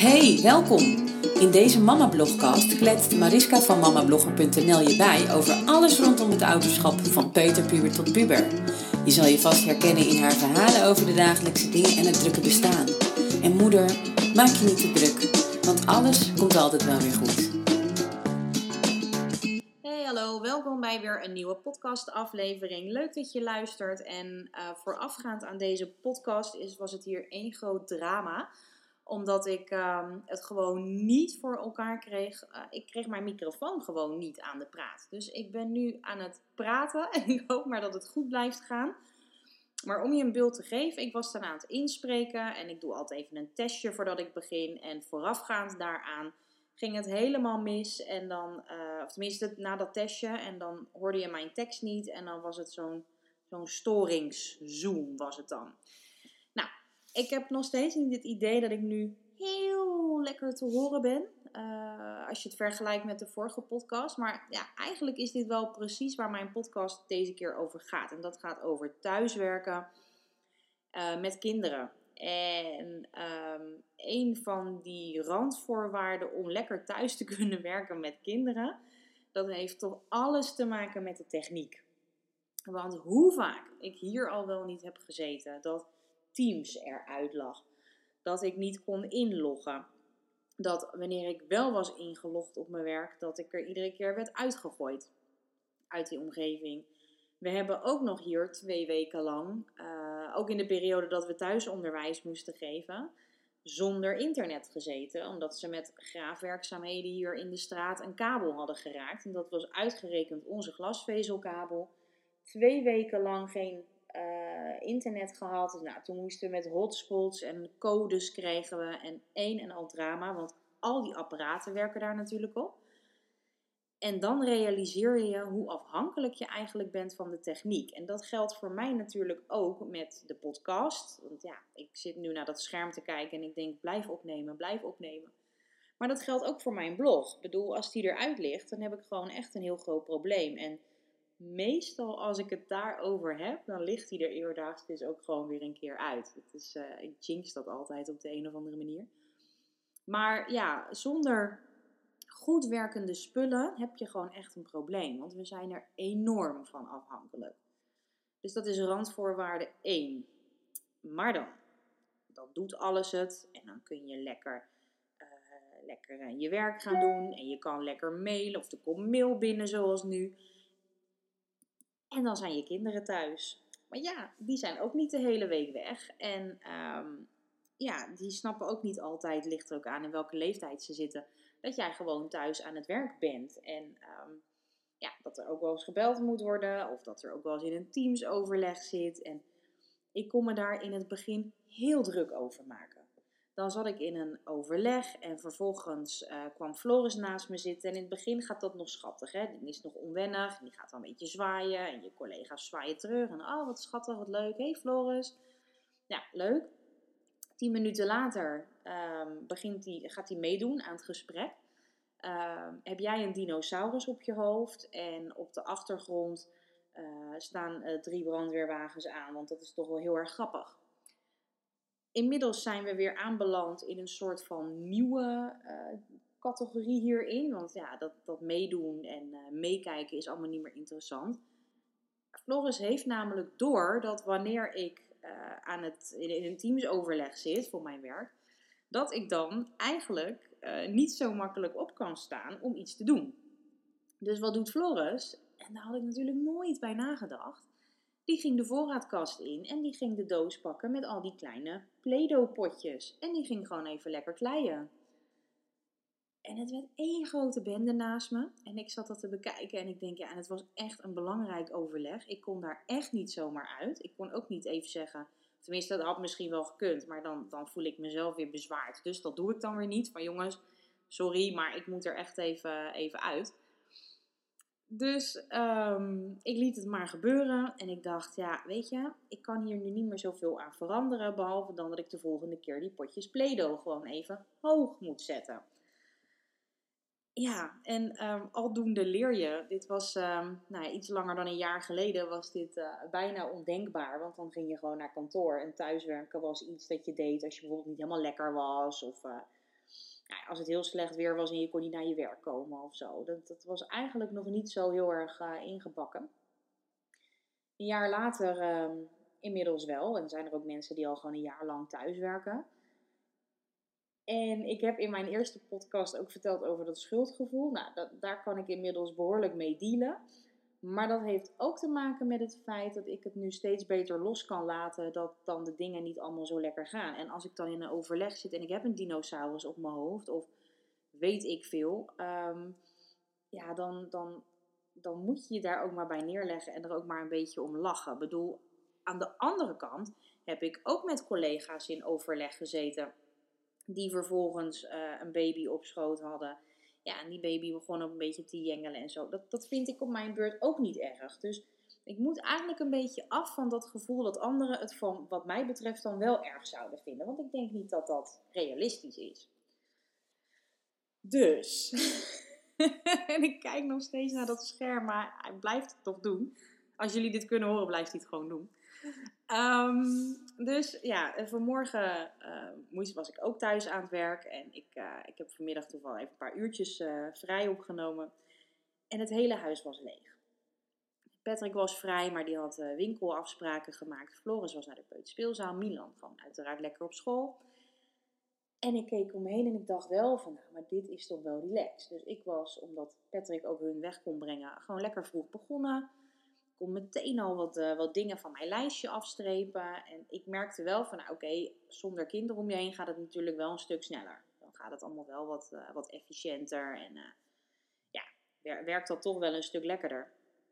Hey, welkom! In deze Mama-blogcast kletst Mariska van mamablogger.nl je bij over alles rondom het ouderschap van peuterpuber tot puber. Je zal je vast herkennen in haar verhalen over de dagelijkse dingen en het drukke bestaan. En moeder, maak je niet te druk, want alles komt altijd wel weer goed. Hey, hallo, welkom bij weer een nieuwe podcastaflevering. Leuk dat je luistert en voorafgaand aan deze podcast was het hier één groot drama. Omdat ik het gewoon niet voor elkaar kreeg. Ik kreeg mijn microfoon gewoon niet aan de praat. Dus ik ben nu aan het praten en ik hoop maar dat het goed blijft gaan. Maar om je een beeld te geven, ik was dan aan het inspreken en ik doe altijd even een testje voordat ik begin. En voorafgaand daaraan ging het helemaal mis. En dan, of tenminste na dat testje, en dan hoorde je mijn tekst niet. En dan was het zo'n storingszoom was het dan. Nou, ik heb nog steeds niet het idee dat ik nu heel lekker te horen ben. Als je het vergelijkt met de vorige podcast. Maar ja, eigenlijk is dit wel precies waar mijn podcast deze keer over gaat. En dat gaat over thuiswerken met kinderen. En een van die randvoorwaarden om lekker thuis te kunnen werken met kinderen, dat heeft toch alles te maken met de techniek. Want hoe vaak ik hier al wel niet heb gezeten, dat Teams eruit lag, dat ik niet kon inloggen, dat wanneer ik wel was ingelogd op mijn werk, dat ik er iedere keer werd uitgegooid uit die omgeving. We hebben ook nog hier 2 weken lang, ook in de periode dat we thuisonderwijs moesten geven, zonder internet gezeten. Omdat ze met graafwerkzaamheden hier in de straat een kabel hadden geraakt. En dat was uitgerekend onze glasvezelkabel. 2 weken lang geen internet gehad. Dus, nou, toen moesten we met hotspots en codes kregen we. En een en al drama, want al die apparaten werken daar natuurlijk op. En dan realiseer je hoe afhankelijk je eigenlijk bent van de techniek. En dat geldt voor mij natuurlijk ook met de podcast. Want ja, ik zit nu naar dat scherm te kijken en ik denk, blijf opnemen, blijf opnemen. Maar dat geldt ook voor mijn blog. Ik bedoel, als die eruit ligt, dan heb ik gewoon echt een heel groot probleem. En meestal als ik het daarover heb, dan ligt die er eerdaags dus ook gewoon weer een keer uit. Ik jinx dat altijd op de een of andere manier. Maar ja, zonder goed werkende spullen heb je gewoon echt een probleem. Want we zijn er enorm van afhankelijk. Dus dat is randvoorwaarde 1. Maar dan doet alles het. En dan kun je lekker je werk gaan doen. En je kan lekker mailen. Of er komt mail binnen zoals nu. En dan zijn je kinderen thuis. Maar ja, die zijn ook niet de hele week weg. En die snappen ook niet altijd, ligt er ook aan in welke leeftijd ze zitten, dat jij gewoon thuis aan het werk bent. En dat er ook wel eens gebeld moet worden. Of dat er ook wel eens in een Teams-overleg zit. En ik kon me daar in het begin heel druk over maken. Dan zat ik in een overleg en vervolgens kwam Floris naast me zitten. En in het begin gaat dat nog schattig, hè. Die is nog onwennig. Die gaat dan een beetje zwaaien. En je collega's zwaaien terug. En oh, wat schattig, wat leuk. Hey Floris. Ja, leuk. 10 minuten later gaat hij meedoen aan het gesprek. Heb jij een dinosaurus op je hoofd. En op de achtergrond staan 3 brandweerwagens aan. Want dat is toch wel heel erg grappig. Inmiddels zijn we weer aanbeland in een soort van nieuwe categorie hierin. Want ja, dat meedoen en meekijken is allemaal niet meer interessant. Floris heeft namelijk door dat wanneer ik in een teamsoverleg zit voor mijn werk, dat ik dan eigenlijk niet zo makkelijk op kan staan om iets te doen. Dus wat doet Floris? En daar had ik natuurlijk nooit bij nagedacht. Die ging de voorraadkast in en die ging de doos pakken met al die kleine Play-Doh potjes. En die ging gewoon even lekker kleien. En het werd één grote bende naast me. En ik zat dat te bekijken en ik denk, ja, en het was echt een belangrijk overleg. Ik kon daar echt niet zomaar uit. Ik kon ook niet even zeggen, tenminste dat had misschien wel gekund, maar dan voel ik mezelf weer bezwaard. Dus dat doe ik dan weer niet. Van jongens, sorry, maar ik moet er echt even uit. Dus ik liet het maar gebeuren en ik dacht, ja, weet je, ik kan hier nu niet meer zoveel aan veranderen, behalve dan dat ik de volgende keer die potjes Play-Doh gewoon even hoog moet zetten. Ja, en aldoende leer je. Dit was iets langer dan een jaar geleden was dit bijna ondenkbaar, want dan ging je gewoon naar kantoor en thuiswerken was iets dat je deed als je bijvoorbeeld niet helemaal lekker was of Nou, als het heel slecht weer was en je kon niet naar je werk komen of zo. Dat was eigenlijk nog niet zo heel erg ingebakken. Een jaar later inmiddels wel. En zijn er ook mensen die al gewoon een jaar lang thuis werken. En ik heb in mijn eerste podcast ook verteld over dat schuldgevoel. Nou, daar kan ik inmiddels behoorlijk mee dealen. Maar dat heeft ook te maken met het feit dat ik het nu steeds beter los kan laten. Dat dan de dingen niet allemaal zo lekker gaan. En als ik dan in een overleg zit en ik heb een dinosaurus op mijn hoofd. Of weet ik veel. Ja, dan moet je je daar ook maar bij neerleggen. En er ook maar een beetje om lachen. Ik bedoel, aan de andere kant heb ik ook met collega's in overleg gezeten. Die vervolgens een baby op schoot hadden. Ja, en die baby begon ook een beetje te jengelen en zo. Dat vind ik op mijn beurt ook niet erg. Dus ik moet eigenlijk een beetje af van dat gevoel dat anderen het van wat mij betreft dan wel erg zouden vinden. Want ik denk niet dat dat realistisch is. Dus. En ik kijk nog steeds naar dat scherm, maar hij blijft het toch doen. Als jullie dit kunnen horen, blijft hij het gewoon doen. Dus ja, vanmorgen was ik ook thuis aan het werk. En ik heb vanmiddag toevallig even een paar uurtjes vrij opgenomen. En het hele huis was leeg. Patrick was vrij, maar die had winkelafspraken gemaakt. Floris was naar de peuterspeelzaal. Milan gewoon uiteraard lekker op school. En ik keek om me heen en ik dacht wel van, nou, maar dit is toch wel relaxed. Dus ik was, omdat Patrick ook hun weg kon brengen, gewoon lekker vroeg begonnen. Ik kon meteen al wat dingen van mijn lijstje afstrepen. En ik merkte wel van, nou, oké, zonder kinderen om je heen gaat het natuurlijk wel een stuk sneller. Dan gaat het allemaal wel wat efficiënter en werkt dat toch wel een stuk lekkerder.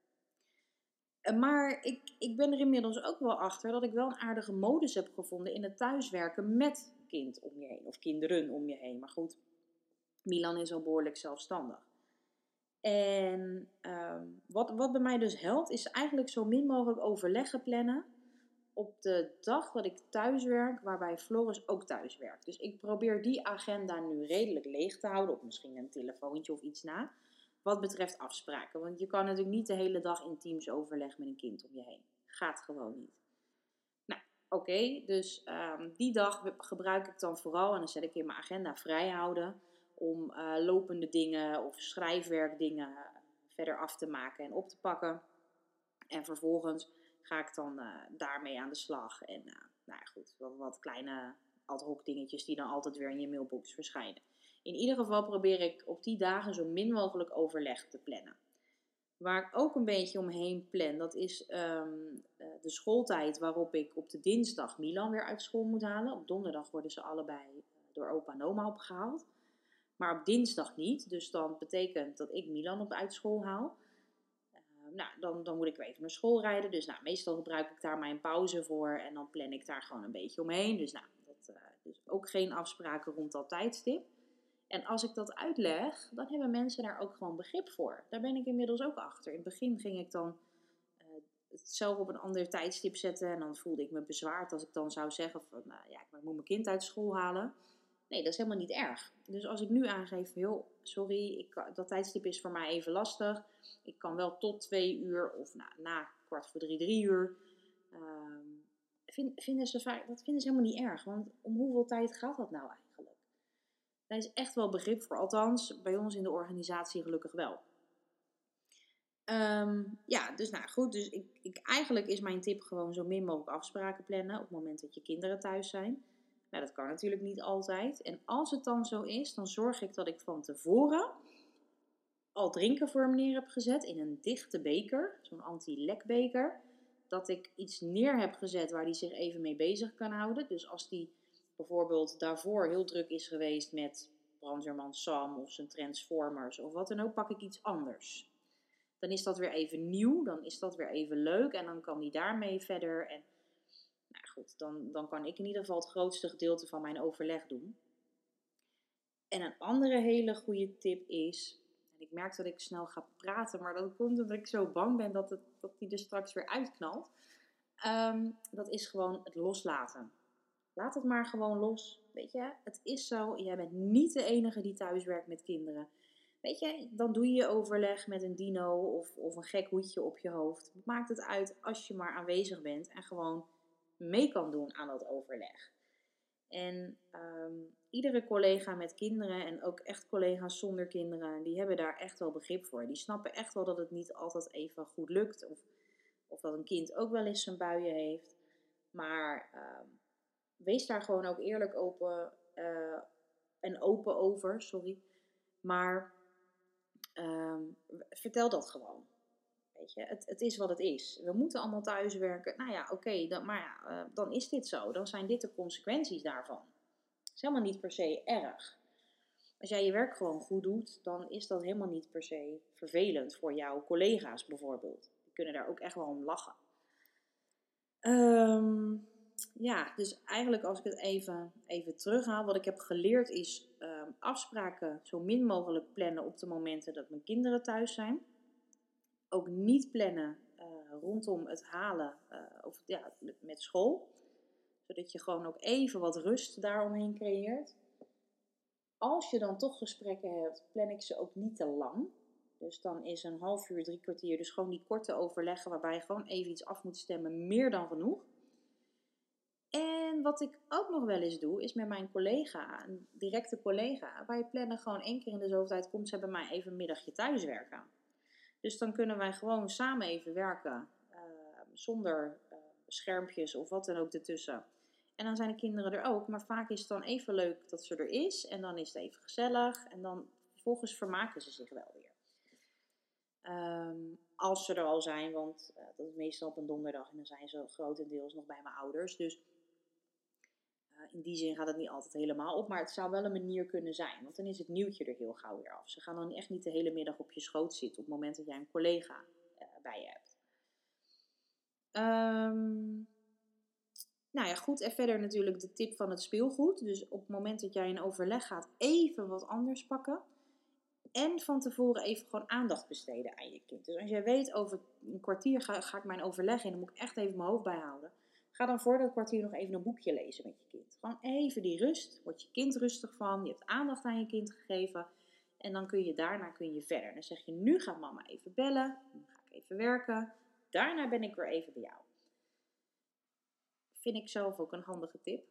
Maar ik ben er inmiddels ook wel achter dat ik wel een aardige modus heb gevonden in het thuiswerken met kind om je heen. Of kinderen om je heen. Maar goed, Milan is al behoorlijk zelfstandig. En wat bij mij dus helpt, is eigenlijk zo min mogelijk overleggen plannen op de dag dat ik thuis werk, waarbij Floris ook thuis werkt. Dus ik probeer die agenda nu redelijk leeg te houden, of misschien een telefoontje of iets na, wat betreft afspraken. Want je kan natuurlijk niet de hele dag in Teams overleg met een kind om je heen. Gaat gewoon niet. Nou, oké, dus die dag gebruik ik dan vooral, en dan zet ik in mijn agenda vrijhouden, om lopende dingen of schrijfwerkdingen verder af te maken en op te pakken. En vervolgens ga ik dan daarmee aan de slag. En nou ja, goed, wat kleine ad hoc dingetjes die dan altijd weer in je mailbox verschijnen. In ieder geval probeer ik op die dagen zo min mogelijk overleg te plannen. Waar ik ook een beetje omheen plan, dat is de schooltijd waarop ik op de dinsdag Milan weer uit school moet halen. Op donderdag worden ze allebei door opa en oma opgehaald. Maar op dinsdag niet. Dus dan betekent dat ik Milan uit school haal. Dan moet ik weer even naar school rijden. Dus meestal gebruik ik daar mijn pauze voor. En dan plan ik daar gewoon een beetje omheen. Dus dus ook geen afspraken rond dat tijdstip. En als ik dat uitleg, dan hebben mensen daar ook gewoon begrip voor. Daar ben ik inmiddels ook achter. In het begin ging ik dan het zelf op een ander tijdstip zetten. En dan voelde ik me bezwaard als ik dan zou zeggen van, ik moet mijn kind uit school halen. Nee, dat is helemaal niet erg. Dus als ik nu aangeef, joh, sorry, dat tijdstip is voor mij even lastig. Ik kan wel tot 2 uur of na 3 uur. Dat vinden ze helemaal niet erg. Want om hoeveel tijd gaat dat nou eigenlijk? Daar is echt wel begrip voor. Althans, bij ons in de organisatie gelukkig wel. Dus goed. Dus eigenlijk is mijn tip gewoon zo min mogelijk afspraken plannen op het moment dat je kinderen thuis zijn. Nou, dat kan natuurlijk niet altijd. En als het dan zo is, dan zorg ik dat ik van tevoren al drinken voor hem neer heb gezet in een dichte beker. Zo'n anti-lekbeker. Dat ik iets neer heb gezet waar hij zich even mee bezig kan houden. Dus als hij bijvoorbeeld daarvoor heel druk is geweest met Brandweerman Sam of zijn Transformers of wat dan ook, pak ik iets anders. Dan is dat weer even nieuw, dan is dat weer even leuk en dan kan hij daarmee verder. En nou goed, dan kan ik in ieder geval het grootste gedeelte van mijn overleg doen. En een andere hele goede tip is, en ik merk dat ik snel ga praten, maar dat komt omdat ik zo bang ben dat die er straks weer uitknalt. Dat is gewoon het loslaten. Laat het maar gewoon los. Weet je, het is zo. Jij bent niet de enige die thuis werkt met kinderen. Weet je, dan doe je overleg met een dino of een gek hoedje op je hoofd. Maakt het uit als je maar aanwezig bent en gewoon mee kan doen aan dat overleg. En iedere collega met kinderen en ook echt collega's zonder kinderen, die hebben daar echt wel begrip voor. Die snappen echt wel dat het niet altijd even goed lukt. Of dat een kind ook wel eens zijn buien heeft. Maar wees daar gewoon ook eerlijk open over. Sorry. Maar vertel dat gewoon. Weet je, het is wat het is. We moeten allemaal thuiswerken. Nou ja, oké, dan is dit zo. Dan zijn dit de consequenties daarvan. Het is helemaal niet per se erg. Als jij je werk gewoon goed doet, dan is dat helemaal niet per se vervelend voor jouw collega's bijvoorbeeld. Die kunnen daar ook echt wel om lachen. Dus eigenlijk als ik het even terughaal, wat ik heb geleerd is afspraken zo min mogelijk plannen op de momenten dat mijn kinderen thuis zijn. Ook niet plannen rondom het halen met school. Zodat je gewoon ook even wat rust daaromheen creëert. Als je dan toch gesprekken hebt, plan ik ze ook niet te lang. Dus dan is een half uur, 3 kwartier, dus gewoon die korte overleggen waarbij je gewoon even iets af moet stemmen, meer dan genoeg. En wat ik ook nog wel eens doe, is met mijn collega, een directe collega, wij plannen gewoon 1 keer in de zoveel tijd, komt ze bij mij even een middagje thuiswerken. Dus dan kunnen wij gewoon samen even werken, zonder schermpjes of wat dan ook ertussen. En dan zijn de kinderen er ook, maar vaak is het dan even leuk dat ze er is. En dan is het even gezellig en dan vervolgens vermaken ze zich wel weer. Als ze er al zijn, want dat is meestal op een donderdag en dan zijn ze grotendeels nog bij mijn ouders. Dus in die zin gaat het niet altijd helemaal op, maar het zou wel een manier kunnen zijn. Want dan is het nieuwtje er heel gauw weer af. Ze gaan dan echt niet de hele middag op je schoot zitten op het moment dat jij een collega bij je hebt. Nou ja, goed. En verder natuurlijk de tip van het speelgoed. Dus op het moment dat jij in overleg gaat, even wat anders pakken. En van tevoren even gewoon aandacht besteden aan je kind. Dus als jij weet, over een kwartier ga ik mijn overleg in, dan moet ik echt even mijn hoofd bijhouden. Ga dan voor dat kwartier nog even een boekje lezen met je kind. Gewoon even die rust. Word je kind rustig van. Je hebt aandacht aan je kind gegeven. En dan daarna kun je verder. Dan zeg je, nu gaat mama even bellen. Nu ga ik even werken. Daarna ben ik weer even bij jou. Vind ik zelf ook een handige tip.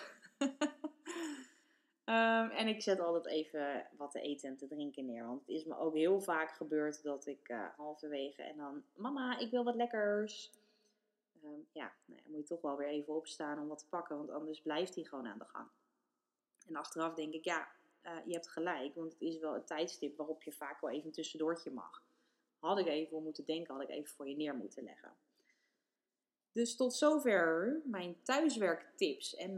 En ik zet altijd even wat te eten en te drinken neer. Want het is me ook heel vaak gebeurd dat ik halverwege en dan, mama, ik wil wat lekkers. Dan moet je toch wel weer even opstaan om wat te pakken. Want anders blijft hij gewoon aan de gang. En achteraf denk ik, je hebt gelijk. Want het is wel een tijdstip waarop je vaak wel even een tussendoortje mag. Had ik even om moeten denken, had ik even voor je neer moeten leggen. Dus tot zover mijn thuiswerktips. En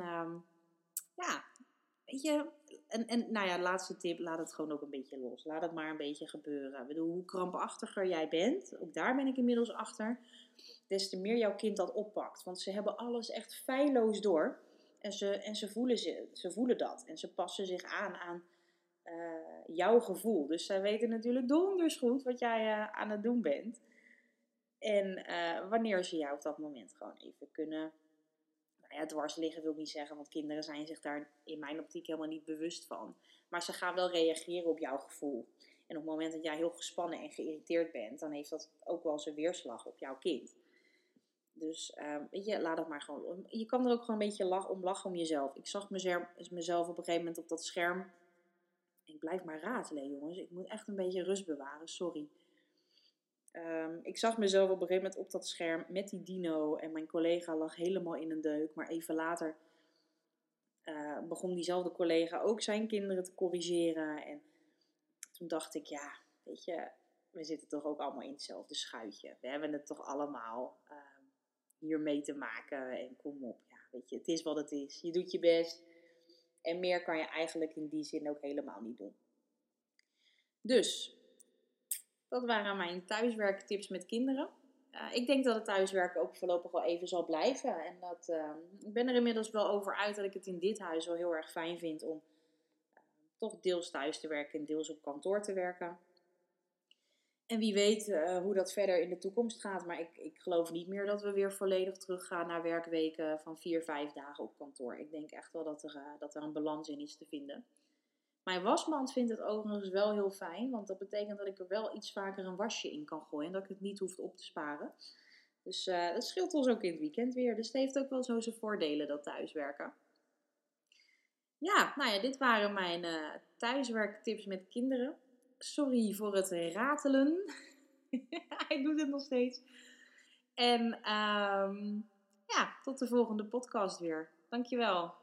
weet je, laatste tip, laat het gewoon ook een beetje los. Laat het maar een beetje gebeuren. Ik bedoel, hoe krampachtiger jij bent, ook daar ben ik inmiddels achter, des te meer jouw kind dat oppakt. Want ze hebben alles echt feilloos door. En ze voelen dat. En ze passen zich aan jouw gevoel. Dus zij weten natuurlijk donders goed wat jij aan het doen bent. En wanneer ze jou op dat moment gewoon even kunnen dwars liggen wil ik niet zeggen, want kinderen zijn zich daar in mijn optiek helemaal niet bewust van. Maar ze gaan wel reageren op jouw gevoel. En op het moment dat jij heel gespannen en geïrriteerd bent, dan heeft dat ook wel zijn weerslag op jouw kind. Dus laat het maar gewoon. Je kan er ook gewoon een beetje lachen om jezelf. Ik zag mezelf op een gegeven moment op dat scherm. Ik blijf maar ratelen, jongens. Ik moet echt een beetje rust bewaren, sorry. Ik zag mezelf op een gegeven moment op dat scherm met die dino. En mijn collega lag helemaal in een deuk. Maar even later begon diezelfde collega ook zijn kinderen te corrigeren. En toen dacht ik, weet je, we zitten toch ook allemaal in hetzelfde schuitje. We hebben het toch allemaal hier mee te maken. En kom op, weet je, het is wat het is. Je doet je best. En meer kan je eigenlijk in die zin ook helemaal niet doen. Dus dat waren mijn thuiswerktips met kinderen. Ik denk dat het thuiswerken ook voorlopig wel even zal blijven. En ik ben er inmiddels wel over uit dat ik het in dit huis wel heel erg fijn vind om toch deels thuis te werken en deels op kantoor te werken. En wie weet hoe dat verder in de toekomst gaat. Maar ik geloof niet meer dat we weer volledig teruggaan naar werkweken van 4-5 dagen op kantoor. Ik denk echt wel dat er een balans in is te vinden. Mijn wasmand vindt het overigens wel heel fijn, want dat betekent dat ik er wel iets vaker een wasje in kan gooien en dat ik het niet hoef op te sparen. Dus dat scheelt ons ook in het weekend weer. Dus het heeft ook wel zo zijn voordelen, dat thuiswerken. Ja, nou ja, dit waren mijn thuiswerktips met kinderen. Sorry voor het ratelen. Hij doet het nog steeds. En ja, tot de volgende podcast weer. Dankjewel.